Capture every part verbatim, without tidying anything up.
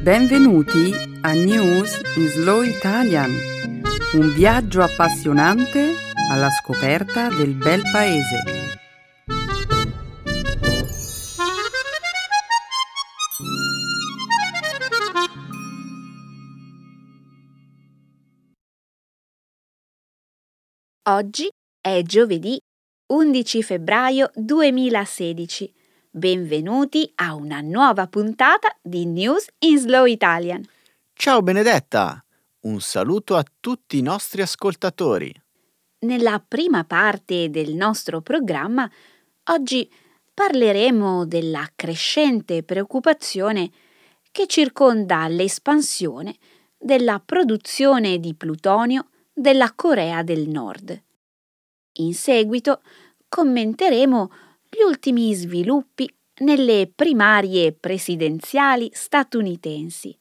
Benvenuti a News in Slow Italian, un viaggio appassionante alla scoperta del bel paese. Oggi è giovedì undici febbraio duemilasedici. Benvenuti a una nuova puntata di News in Slow Italian. Ciao Benedetta, un saluto a tutti i nostri ascoltatori. Nella prima parte del nostro programma, oggi parleremo della crescente preoccupazione che circonda l'espansione della produzione di plutonio della Corea del Nord. In seguito commenteremo gli ultimi sviluppi nelle primarie presidenziali statunitensi.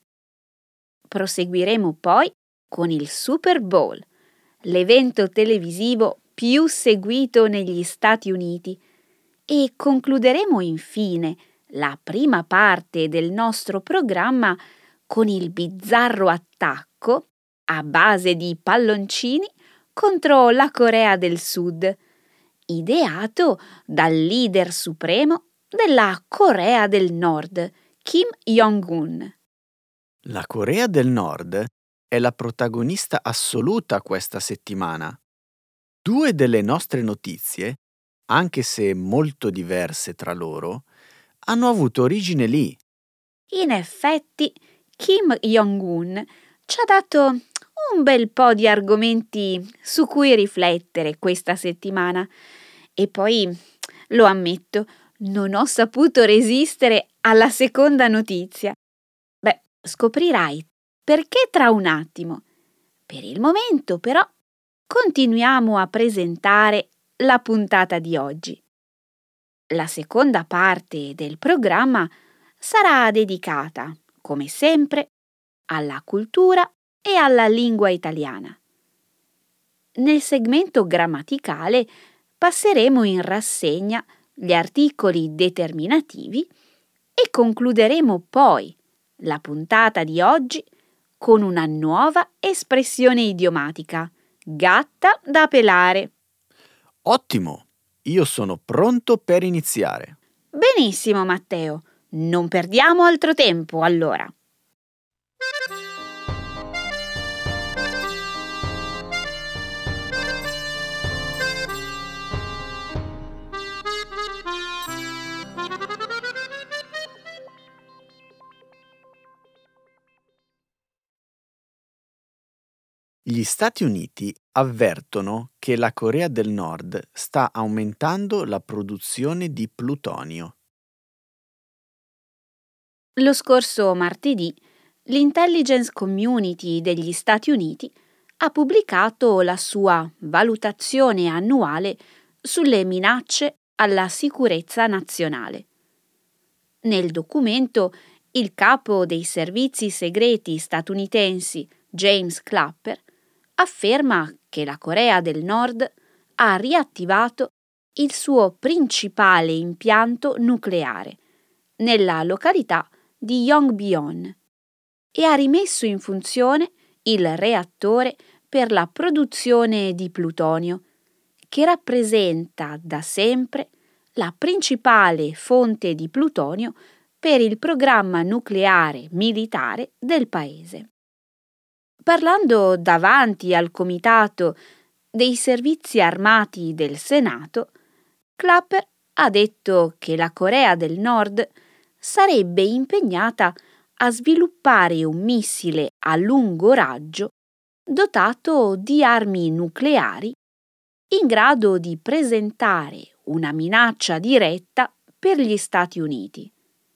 Proseguiremo poi con il Super Bowl, l'evento televisivo più seguito negli Stati Uniti, e concluderemo infine la prima parte del nostro programma con il bizzarro attacco a base di palloncini contro la Corea del Sud, ideato dal leader supremo della Corea del Nord, Kim Jong-un. La Corea del Nord è la protagonista assoluta questa settimana. Due delle nostre notizie, anche se molto diverse tra loro, hanno avuto origine lì. In effetti, Kim Jong-un ci ha dato un bel po' di argomenti su cui riflettere questa settimana. E poi, lo ammetto, non ho saputo resistere alla seconda notizia. Beh, scoprirai perché tra un attimo. Per il momento, però, continuiamo a presentare la puntata di oggi. La seconda parte del programma sarà dedicata, come sempre, alla cultura e alla lingua italiana. Nel segmento grammaticale passeremo in rassegna gli articoli determinativi e concluderemo poi la puntata di oggi con una nuova espressione idiomatica, gatta da pelare. Ottimo, io sono pronto per iniziare. Benissimo, Matteo, non perdiamo altro tempo allora. Gli Stati Uniti avvertono che la Corea del Nord sta aumentando la produzione di plutonio. Lo scorso martedì, l'Intelligence Community degli Stati Uniti ha pubblicato la sua valutazione annuale sulle minacce alla sicurezza nazionale. Nel documento, il capo dei servizi segreti statunitensi, James Clapper, afferma che la Corea del Nord ha riattivato il suo principale impianto nucleare nella località di Yongbyon e ha rimesso in funzione il reattore per la produzione di plutonio, che rappresenta da sempre la principale fonte di plutonio per il programma nucleare militare del paese. Parlando davanti al Comitato dei Servizi Armati del Senato, Clapper ha detto che la Corea del Nord sarebbe impegnata a sviluppare un missile a lungo raggio dotato di armi nucleari in grado di presentare una minaccia diretta per gli Stati Uniti.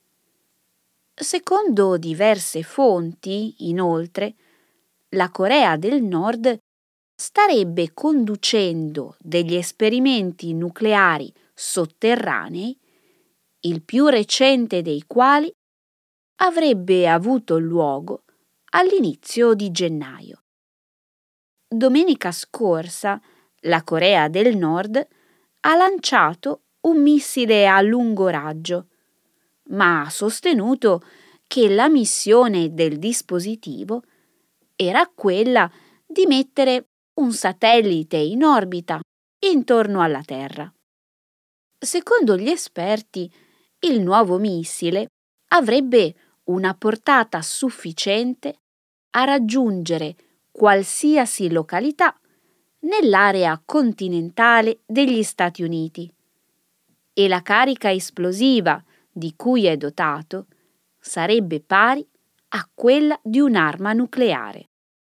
Secondo diverse fonti, inoltre, la Corea del Nord starebbe conducendo degli esperimenti nucleari sotterranei, il più recente dei quali avrebbe avuto luogo all'inizio di gennaio. Domenica scorsa, la Corea del Nord ha lanciato un missile a lungo raggio, ma ha sostenuto che la missione del dispositivo era quella di mettere un satellite in orbita intorno alla Terra. Secondo gli esperti, il nuovo missile avrebbe una portata sufficiente a raggiungere qualsiasi località nell'area continentale degli Stati Uniti e la carica esplosiva di cui è dotato sarebbe pari a quella di un'arma nucleare.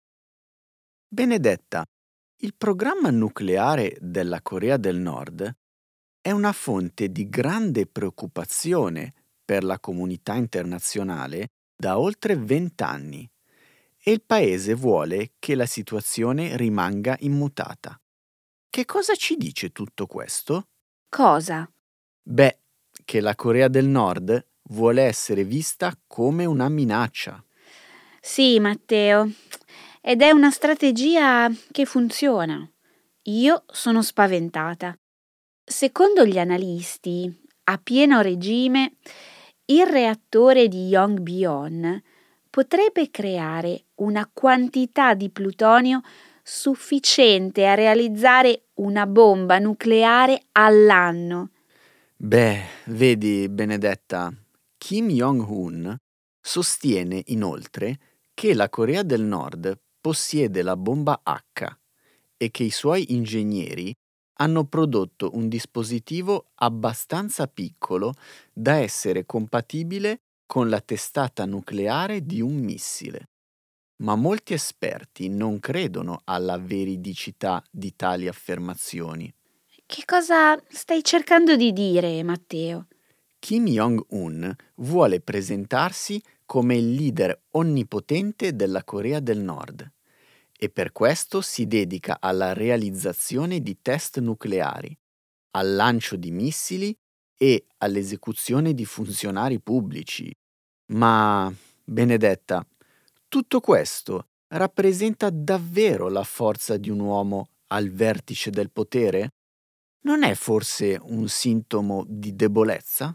Benedetta, il programma nucleare della Corea del Nord è una fonte di grande preoccupazione per la comunità internazionale da oltre vent'anni e il paese vuole che la situazione rimanga immutata. Che cosa ci dice tutto questo? Cosa? Beh, che la Corea del Nord vuole essere vista come una minaccia. Sì, Matteo, ed è una strategia che funziona. Io sono spaventata. Secondo gli analisti, a pieno regime, il reattore di Yongbyon potrebbe creare una quantità di plutonio sufficiente a realizzare una bomba nucleare all'anno. Beh, vedi, Benedetta, Kim Jong-un sostiene inoltre che la Corea del Nord possiede la bomba H e che i suoi ingegneri hanno prodotto un dispositivo abbastanza piccolo da essere compatibile con la testata nucleare di un missile. Ma molti esperti non credono alla veridicità di tali affermazioni. Che cosa stai cercando di dire, Matteo? Kim Jong-un vuole presentarsi come il leader onnipotente della Corea del Nord e per questo si dedica alla realizzazione di test nucleari, al lancio di missili e all'esecuzione di funzionari pubblici. Ma, Benedetta, tutto questo rappresenta davvero la forza di un uomo al vertice del potere? Non è forse un sintomo di debolezza?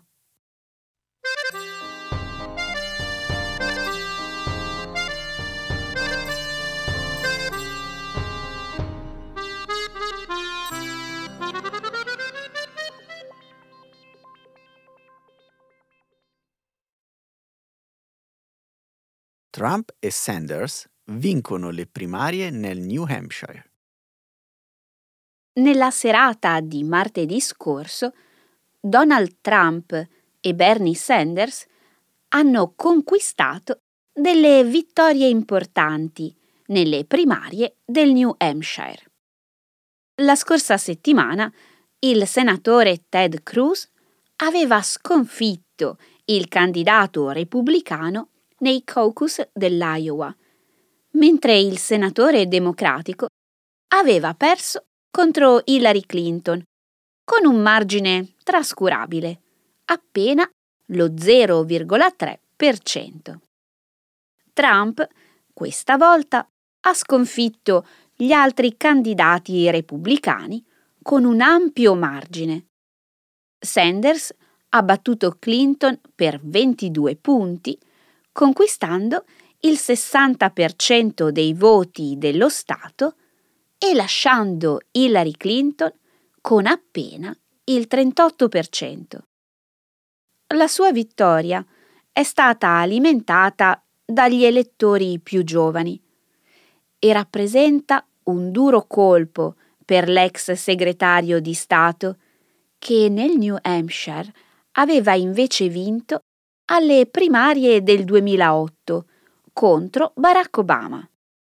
Trump e Sanders vincono le primarie nel New Hampshire. Nella serata di martedì scorso, Donald Trump e Bernie Sanders hanno conquistato delle vittorie importanti nelle primarie del New Hampshire. La scorsa settimana il senatore Ted Cruz aveva sconfitto il candidato repubblicano nei caucus dell'Iowa, mentre il senatore democratico aveva perso contro Hillary Clinton con un margine trascurabile, appena lo zero virgola tre per cento. Trump, questa volta, ha sconfitto gli altri candidati repubblicani con un ampio margine. Sanders ha battuto Clinton per ventidue punti, conquistando il sessanta per cento dei voti dello Stato e lasciando Hillary Clinton con appena il trentotto per cento. La sua vittoria è stata alimentata dagli elettori più giovani e rappresenta un duro colpo per l'ex segretario di Stato che nel New Hampshire aveva invece vinto alle primarie del duemilaotto contro Barack Obama.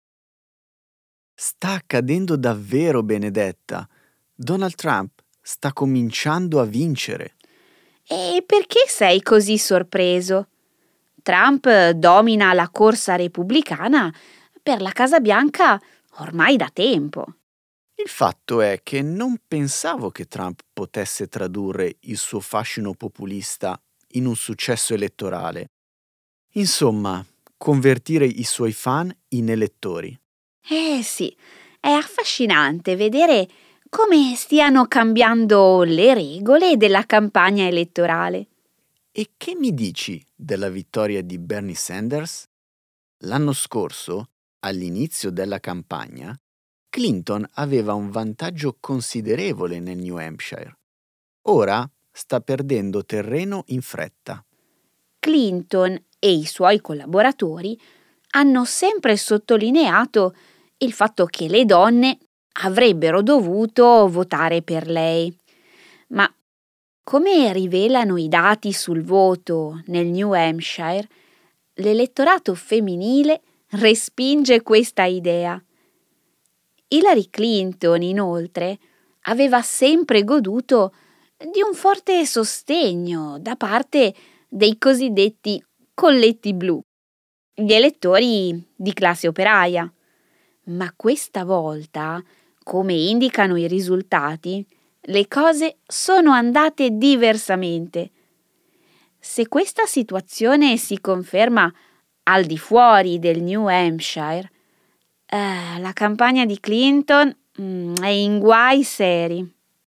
Sta accadendo davvero, Benedetta. Donald Trump sta cominciando a vincere. E perché sei così sorpreso? Trump domina la corsa repubblicana per la Casa Bianca ormai da tempo. Il fatto è che non pensavo che Trump potesse tradurre il suo fascino populista in un successo elettorale. Insomma, convertire i suoi fan in elettori. Eh sì, è affascinante vedere come stiano cambiando le regole della campagna elettorale. E che mi dici della vittoria di Bernie Sanders? L'anno scorso, all'inizio della campagna, Clinton aveva un vantaggio considerevole nel New Hampshire. Ora sta perdendo terreno in fretta. Clinton e i suoi collaboratori hanno sempre sottolineato il fatto che le donne avrebbero dovuto votare per lei. Ma come rivelano i dati sul voto nel New Hampshire, l'elettorato femminile respinge questa idea. Hillary Clinton, inoltre, aveva sempre goduto di un forte sostegno da parte dei cosiddetti colletti blu, gli elettori di classe operaia. Ma questa volta, come indicano i risultati, le cose sono andate diversamente. Se questa situazione si conferma al di fuori del New Hampshire, eh, la campagna di Clinton mm, è in guai seri.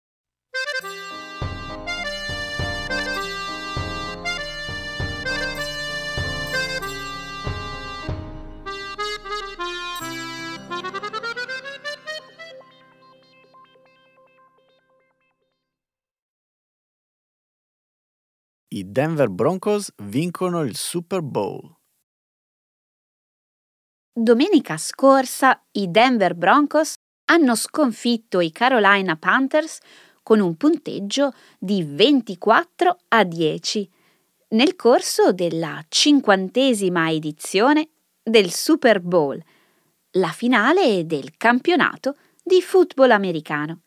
I Denver Broncos vincono il Super Bowl. Domenica scorsa i Denver Broncos hanno sconfitto i Carolina Panthers con un punteggio di ventiquattro a dieci nel corso della cinquantesima edizione del Super Bowl, la finale del campionato di football americano.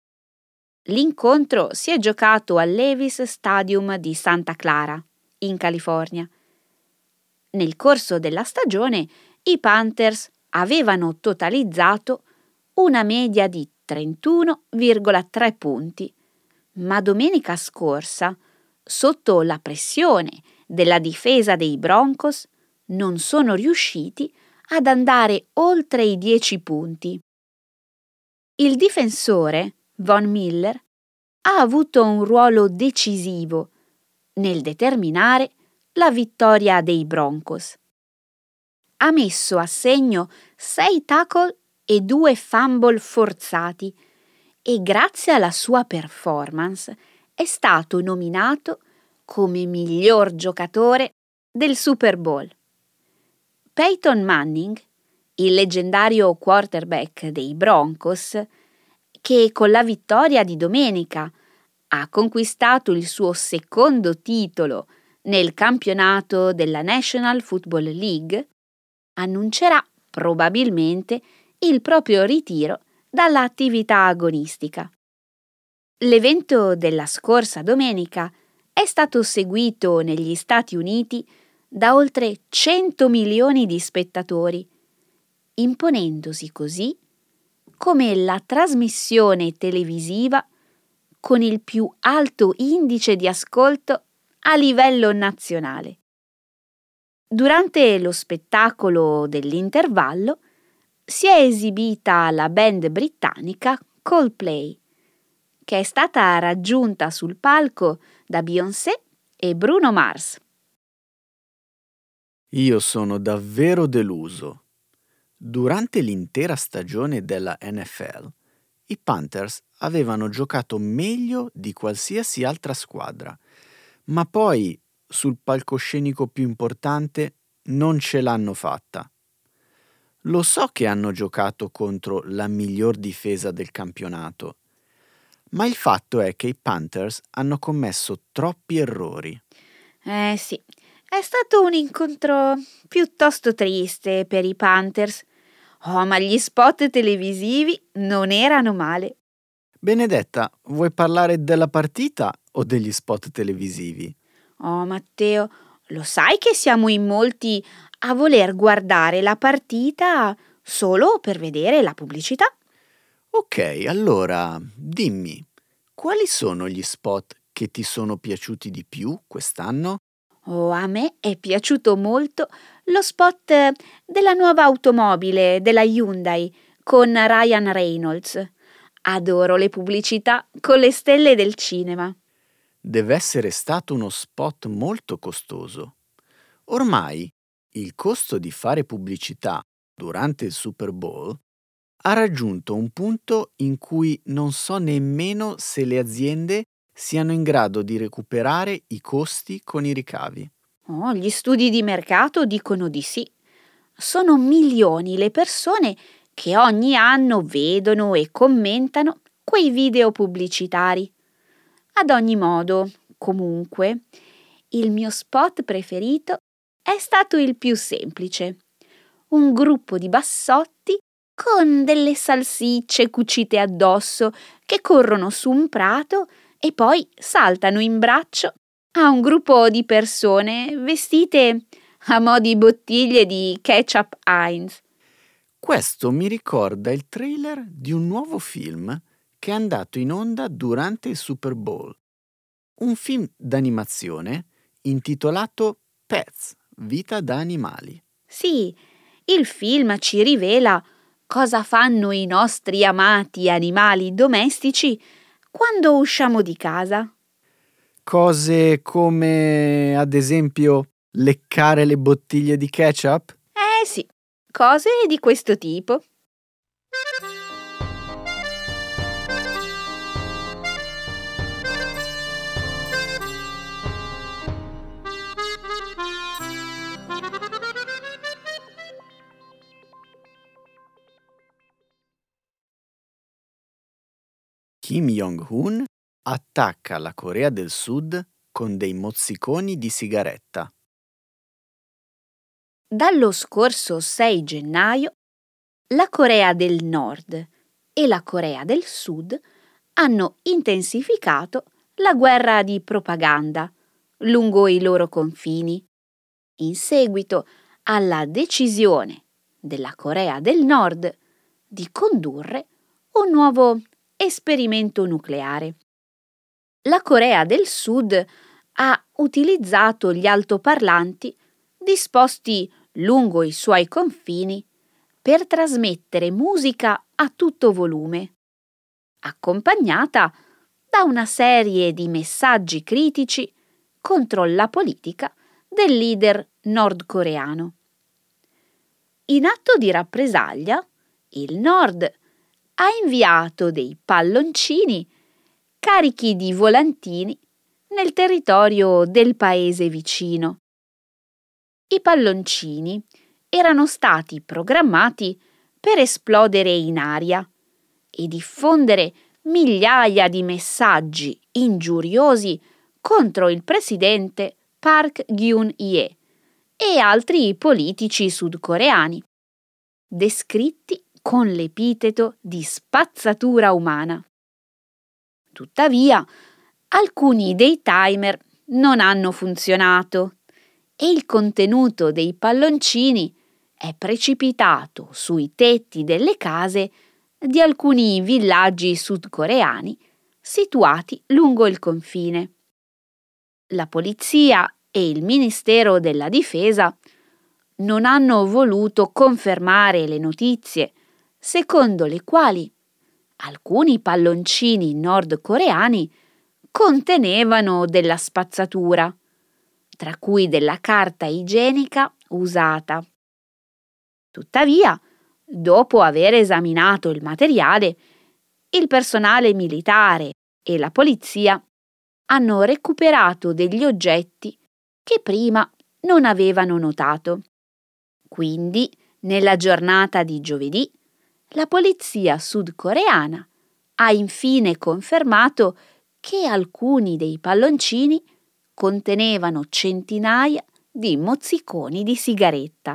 L'incontro si è giocato al Levi's Stadium di Santa Clara, in California. Nel corso della stagione i Panthers avevano totalizzato una media di trentuno virgola tre punti, ma domenica scorsa, sotto la pressione della difesa dei Broncos, non sono riusciti ad andare oltre i dieci punti. Il difensore, Von Miller, ha avuto un ruolo decisivo nel determinare la vittoria dei Broncos. Ha messo a segno sei tackle e due fumble forzati e grazie alla sua performance è stato nominato come miglior giocatore del Super Bowl. Peyton Manning, il leggendario quarterback dei Broncos, che con la vittoria di domenica ha conquistato il suo secondo titolo nel campionato della National Football League, annuncerà probabilmente il proprio ritiro dall'attività agonistica. L'evento della scorsa domenica è stato seguito negli Stati Uniti da oltre cento milioni di spettatori, imponendosi così come la trasmissione televisiva con il più alto indice di ascolto a livello nazionale. Durante lo spettacolo dell'intervallo si è esibita la band britannica Coldplay, che è stata raggiunta sul palco da Beyoncé e Bruno Mars. Io sono davvero deluso. Durante l'intera stagione della N F L, i Panthers avevano giocato meglio di qualsiasi altra squadra, ma poi, sul palcoscenico più importante, non ce l'hanno fatta. Lo so che hanno giocato contro la miglior difesa del campionato, ma il fatto è che i Panthers hanno commesso troppi errori. Eh sì, è stato un incontro piuttosto triste per i Panthers. Oh, ma gli spot televisivi non erano male. Benedetta, vuoi parlare della partita o degli spot televisivi? Oh, Matteo, lo sai che siamo in molti a voler guardare la partita solo per vedere la pubblicità? Ok, allora dimmi, quali sono gli spot che ti sono piaciuti di più quest'anno? Oh, a me è piaciuto molto lo spot della nuova automobile della Hyundai con Ryan Reynolds. Adoro le pubblicità con le stelle del cinema. deve essere stato uno spot molto costoso. Ormai il costo di fare pubblicità durante il Super Bowl ha raggiunto un punto in cui non so nemmeno se le aziende siano in grado di recuperare i costi con i ricavi. Oh, gli studi di mercato dicono di sì. Sono milioni le persone che ogni anno vedono e commentano quei video pubblicitari. Ad ogni modo, comunque, il mio spot preferito è stato il più semplice. Un gruppo di bassotti con delle salsicce cucite addosso che corrono su un prato e poi saltano in braccio a un gruppo di persone vestite a mo' di bottiglie di ketchup Heinz. Questo mi ricorda il trailer di un nuovo film che è andato in onda durante il Super Bowl. Un film d'animazione intitolato Pets, vita da animali. Sì, il film ci rivela cosa fanno i nostri amati animali domestici quando usciamo di casa. Cose come, ad esempio, leccare le bottiglie di ketchup? Eh sì, cose di questo tipo. Kim Jong-un attacca la Corea del Sud con dei mozziconi di sigaretta. Dallo scorso sei gennaio, la Corea del Nord e la Corea del Sud hanno intensificato la guerra di propaganda lungo i loro confini, in seguito alla decisione della Corea del Nord di condurre un nuovo esperimento nucleare. La Corea del Sud ha utilizzato gli altoparlanti disposti lungo i suoi confini per trasmettere musica a tutto volume, accompagnata da una serie di messaggi critici contro la politica del leader nordcoreano. In atto di rappresaglia, il Nord ha inviato dei palloncini carichi di volantini nel territorio del paese vicino. I palloncini erano stati programmati per esplodere in aria e diffondere migliaia di messaggi ingiuriosi contro il presidente Park Geun-hye e altri politici sudcoreani, descritti con l'epiteto di spazzatura umana. Tuttavia, alcuni dei timer non hanno funzionato e il contenuto dei palloncini è precipitato sui tetti delle case di alcuni villaggi sudcoreani situati lungo il confine. La polizia e il Ministero della Difesa non hanno voluto confermare le notizie secondo le quali alcuni palloncini nordcoreani contenevano della spazzatura, tra cui della carta igienica usata. Tuttavia, dopo aver esaminato il materiale, il personale militare e la polizia hanno recuperato degli oggetti che prima non avevano notato. Quindi, nella giornata di giovedì, la polizia sudcoreana ha infine confermato che alcuni dei palloncini contenevano centinaia di mozziconi di sigaretta.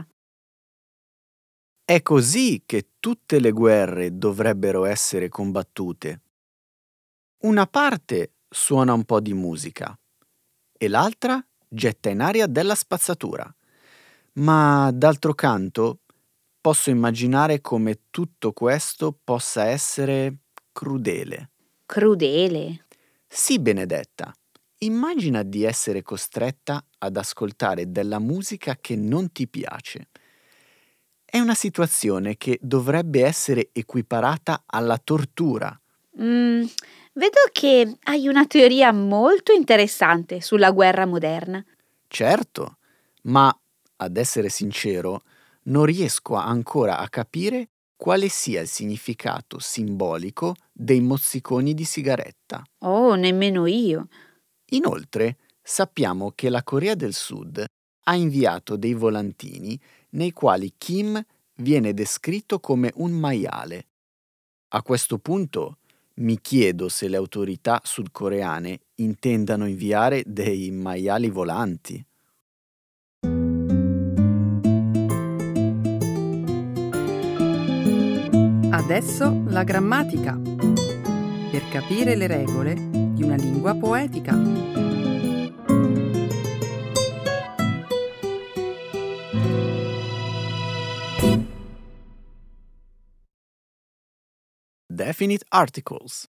È così che tutte le guerre dovrebbero essere combattute. Una parte suona un po' di musica e l'altra getta in aria della spazzatura. Ma d'altro canto posso immaginare come tutto questo possa essere crudele. Crudele? Sì, Benedetta. Immagina di essere costretta ad ascoltare della musica che non ti piace. È una situazione che dovrebbe essere equiparata alla tortura. Mm, Vedo che hai una teoria molto interessante sulla guerra moderna. Certo, ma, ad essere sincero, non riesco ancora a capire quale sia il significato simbolico dei mozziconi di sigaretta. Oh, nemmeno io. Inoltre, sappiamo che la Corea del Sud ha inviato dei volantini nei quali Kim viene descritto come un maiale. A questo punto mi chiedo se le autorità sudcoreane intendano inviare dei maiali volanti. Adesso la grammatica, per capire le regole di una lingua poetica. Definite articles.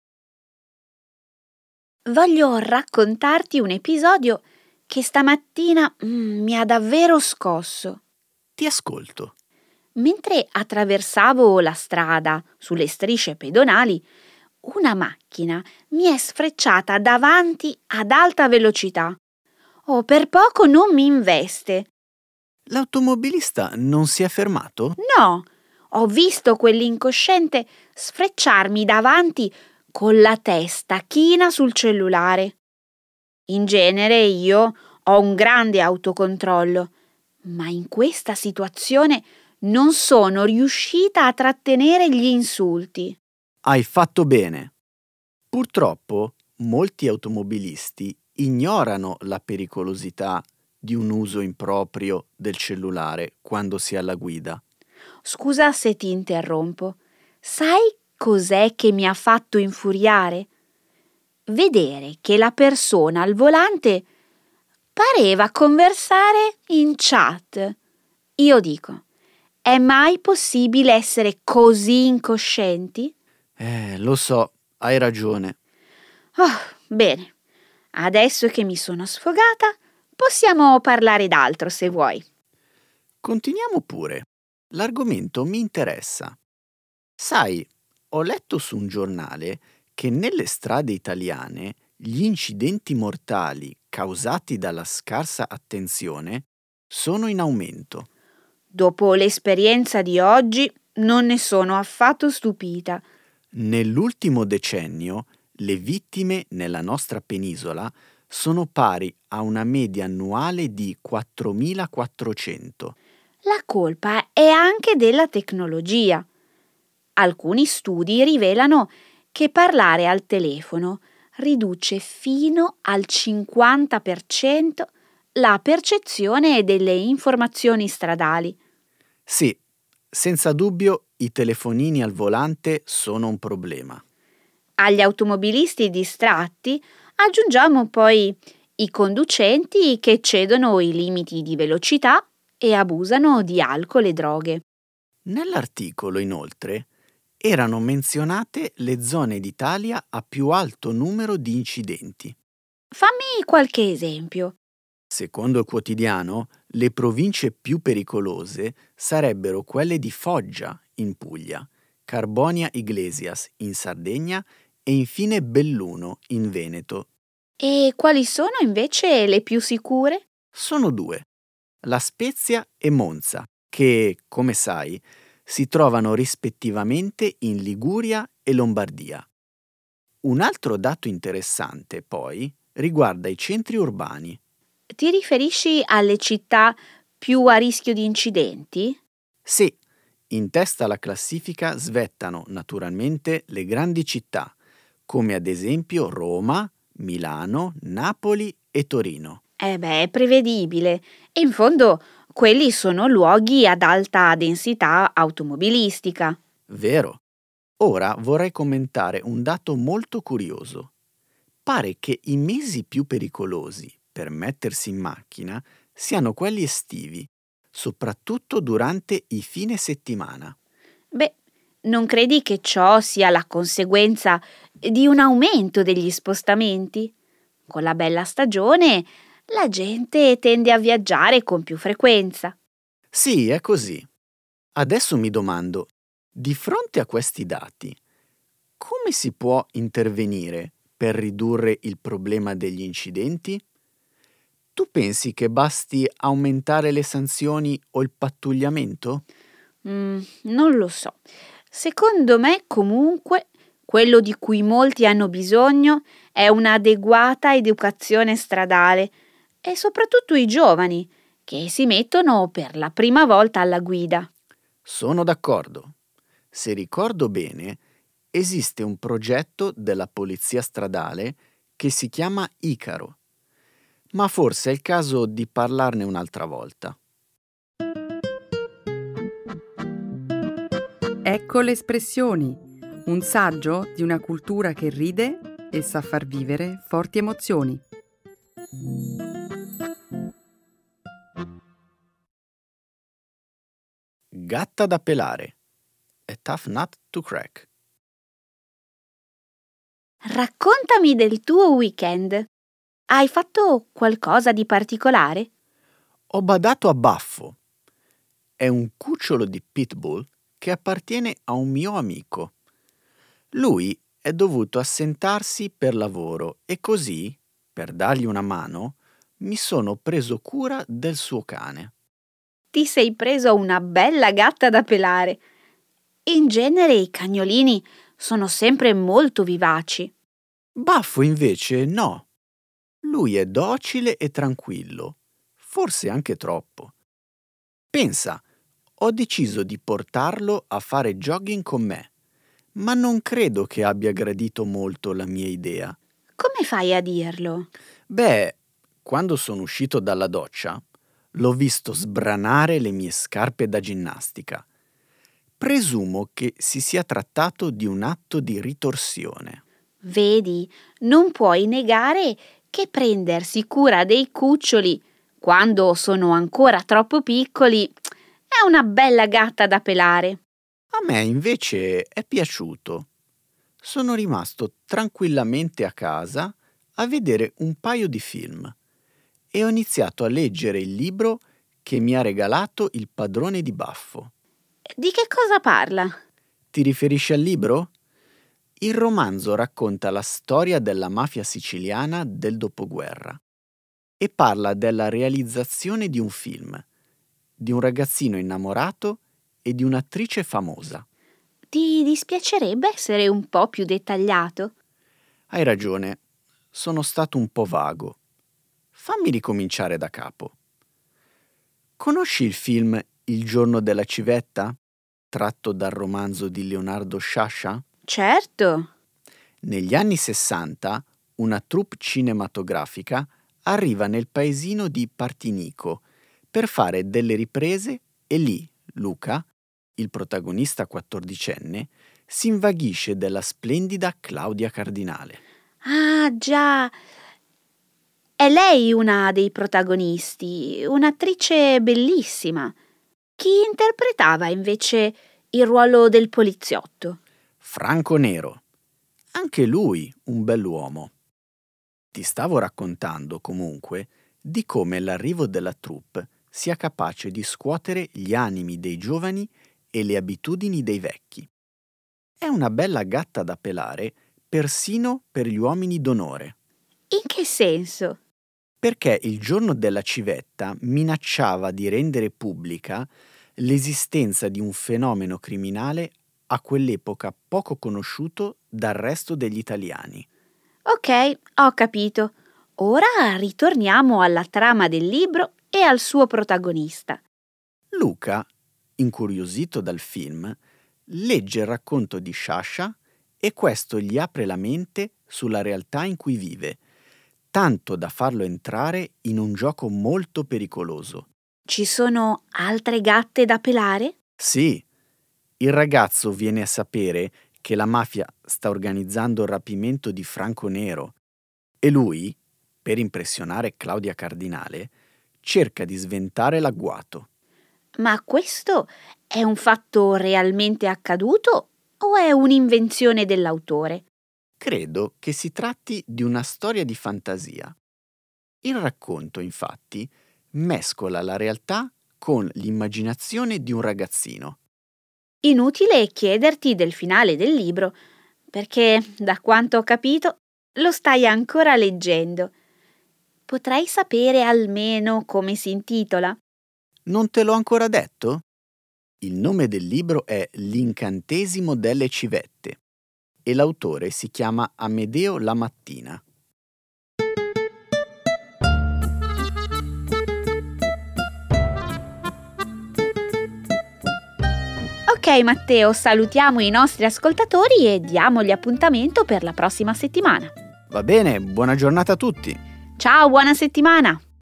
Voglio raccontarti un episodio che stamattina mm, mi ha davvero scosso. Ti ascolto. Mentre attraversavo la strada sulle strisce pedonali, una macchina mi è sfrecciata davanti ad alta velocità. Oh, per poco non mi investe. L'automobilista non si è fermato? No, ho visto quell'incosciente sfrecciarmi davanti con la testa china sul cellulare. In genere io ho un grande autocontrollo, ma in questa situazione non sono riuscita a trattenere gli insulti. Hai fatto bene. Purtroppo molti automobilisti ignorano la pericolosità di un uso improprio del cellulare quando si è alla guida. Scusa se ti interrompo. Sai cos'è che mi ha fatto infuriare? Vedere che la persona al volante pareva conversare in chat. Io dico, è mai possibile essere così incoscienti? Eh, lo so, hai ragione. Oh, bene, adesso che mi sono sfogata, possiamo parlare d'altro se vuoi. Continuiamo pure. L'argomento mi interessa. Sai, ho letto su un giornale che nelle strade italiane gli incidenti mortali causati dalla scarsa attenzione sono in aumento. Dopo l'esperienza di oggi non ne sono affatto stupita. Nell'ultimo decennio le vittime nella nostra penisola sono pari a una media annuale di quattromilaquattrocento. La colpa è anche della tecnologia. Alcuni studi rivelano che parlare al telefono riduce fino al cinquanta per cento la percezione delle informazioni stradali. Sì, senza dubbio i telefonini al volante sono un problema. Agli automobilisti distratti aggiungiamo poi i conducenti che eccedono i limiti di velocità e abusano di alcol e droghe. Nell'articolo, inoltre, erano menzionate le zone d'Italia a più alto numero di incidenti. Fammi qualche esempio. Secondo il quotidiano, le province più pericolose sarebbero quelle di Foggia, in Puglia, Carbonia Iglesias, in Sardegna e infine Belluno, in Veneto. E quali sono invece le più sicure? Sono due, La Spezia e Monza, che, come sai, si trovano rispettivamente in Liguria e Lombardia. Un altro dato interessante, poi, riguarda i centri urbani. Ti riferisci alle città più a rischio di incidenti? Sì, in testa alla classifica svettano naturalmente le grandi città, come ad esempio Roma, Milano, Napoli e Torino. Eh beh, è prevedibile. E in fondo quelli sono luoghi ad alta densità automobilistica. Vero. Ora vorrei commentare un dato molto curioso. Pare che i mesi più pericolosi per mettersi in macchina siano quelli estivi, soprattutto durante i fine settimana. Beh, non credi che ciò sia la conseguenza di un aumento degli spostamenti? Con la bella stagione la gente tende a viaggiare con più frequenza. Sì, è così. Adesso mi domando, di fronte a questi dati, come si può intervenire per ridurre il problema degli incidenti? Tu pensi che basti aumentare le sanzioni o il pattugliamento? Mm, non lo so. Secondo me, comunque, quello di cui molti hanno bisogno è un'adeguata educazione stradale e soprattutto i giovani che si mettono per la prima volta alla guida. Sono d'accordo. Se ricordo bene, esiste un progetto della polizia stradale che si chiama Icaro, ma forse è il caso di parlarne un'altra volta. Ecco le espressioni, un saggio di una cultura che ride e sa far vivere forti emozioni. Gatta da pelare. A tough nut to crack. Raccontami del tuo weekend. Hai fatto qualcosa di particolare? Ho badato a Baffo. È un cucciolo di pitbull che appartiene a un mio amico. Lui è dovuto assentarsi per lavoro e così, per dargli una mano, mi sono preso cura del suo cane. Ti sei preso una bella gatta da pelare. In genere i cagnolini sono sempre molto vivaci. Baffo invece no. Lui è docile e tranquillo, forse anche troppo. Pensa, ho deciso di portarlo a fare jogging con me, ma non credo che abbia gradito molto la mia idea. Come fai a dirlo? Beh, quando sono uscito dalla doccia, l'ho visto sbranare le mie scarpe da ginnastica. Presumo che si sia trattato di un atto di ritorsione. Vedi, non puoi negare che prendersi cura dei cuccioli quando sono ancora troppo piccoli è una bella gatta da pelare. A me invece è piaciuto. Sono rimasto tranquillamente a casa a vedere un paio di film e ho iniziato a leggere il libro che mi ha regalato il padrone di Baffo. Di che cosa parla? Ti riferisci al libro? Il romanzo racconta la storia della mafia siciliana del dopoguerra e parla della realizzazione di un film, di un ragazzino innamorato e di un'attrice famosa. Ti dispiacerebbe essere un po' più dettagliato? Hai ragione, sono stato un po' vago. Fammi ricominciare da capo. Conosci il film Il giorno della civetta, tratto dal romanzo di Leonardo Sciascia? Certo. Negli anni sessanta, una troupe cinematografica arriva nel paesino di Partinico per fare delle riprese e lì Luca, il protagonista quattordicenne, si invaghisce della splendida Claudia Cardinale. Ah, già. È lei una dei protagonisti, un'attrice bellissima. Chi interpretava invece il ruolo del poliziotto? Franco Nero. Anche lui un bell'uomo. Ti stavo raccontando, comunque, di come l'arrivo della troupe sia capace di scuotere gli animi dei giovani e le abitudini dei vecchi. È una bella gatta da pelare persino per gli uomini d'onore. In che senso? Perché il giorno della civetta minacciava di rendere pubblica l'esistenza di un fenomeno criminale a quell'epoca poco conosciuto dal resto degli italiani. Ok, ho capito. Ora ritorniamo alla trama del libro e al suo protagonista. Luca, incuriosito dal film, legge il racconto di Sciascia e questo gli apre la mente sulla realtà in cui vive, tanto da farlo entrare in un gioco molto pericoloso. Ci sono altre gatte da pelare? Sì, il ragazzo viene a sapere che la mafia sta organizzando il rapimento di Franco Nero e lui, per impressionare Claudia Cardinale, cerca di sventare l'agguato. Ma questo è un fatto realmente accaduto o è un'invenzione dell'autore? Credo che si tratti di una storia di fantasia. Il racconto, infatti, mescola la realtà con l'immaginazione di un ragazzino. Inutile chiederti del finale del libro, perché, da quanto ho capito, lo stai ancora leggendo. Potrei sapere almeno come si intitola? Non te l'ho ancora detto? Il nome del libro è L'incantesimo delle civette e l'autore si chiama Amedeo Lamattina. Ok Matteo, salutiamo i nostri ascoltatori e diamogli appuntamento per la prossima settimana. Va bene, buona giornata a tutti! Ciao, buona settimana!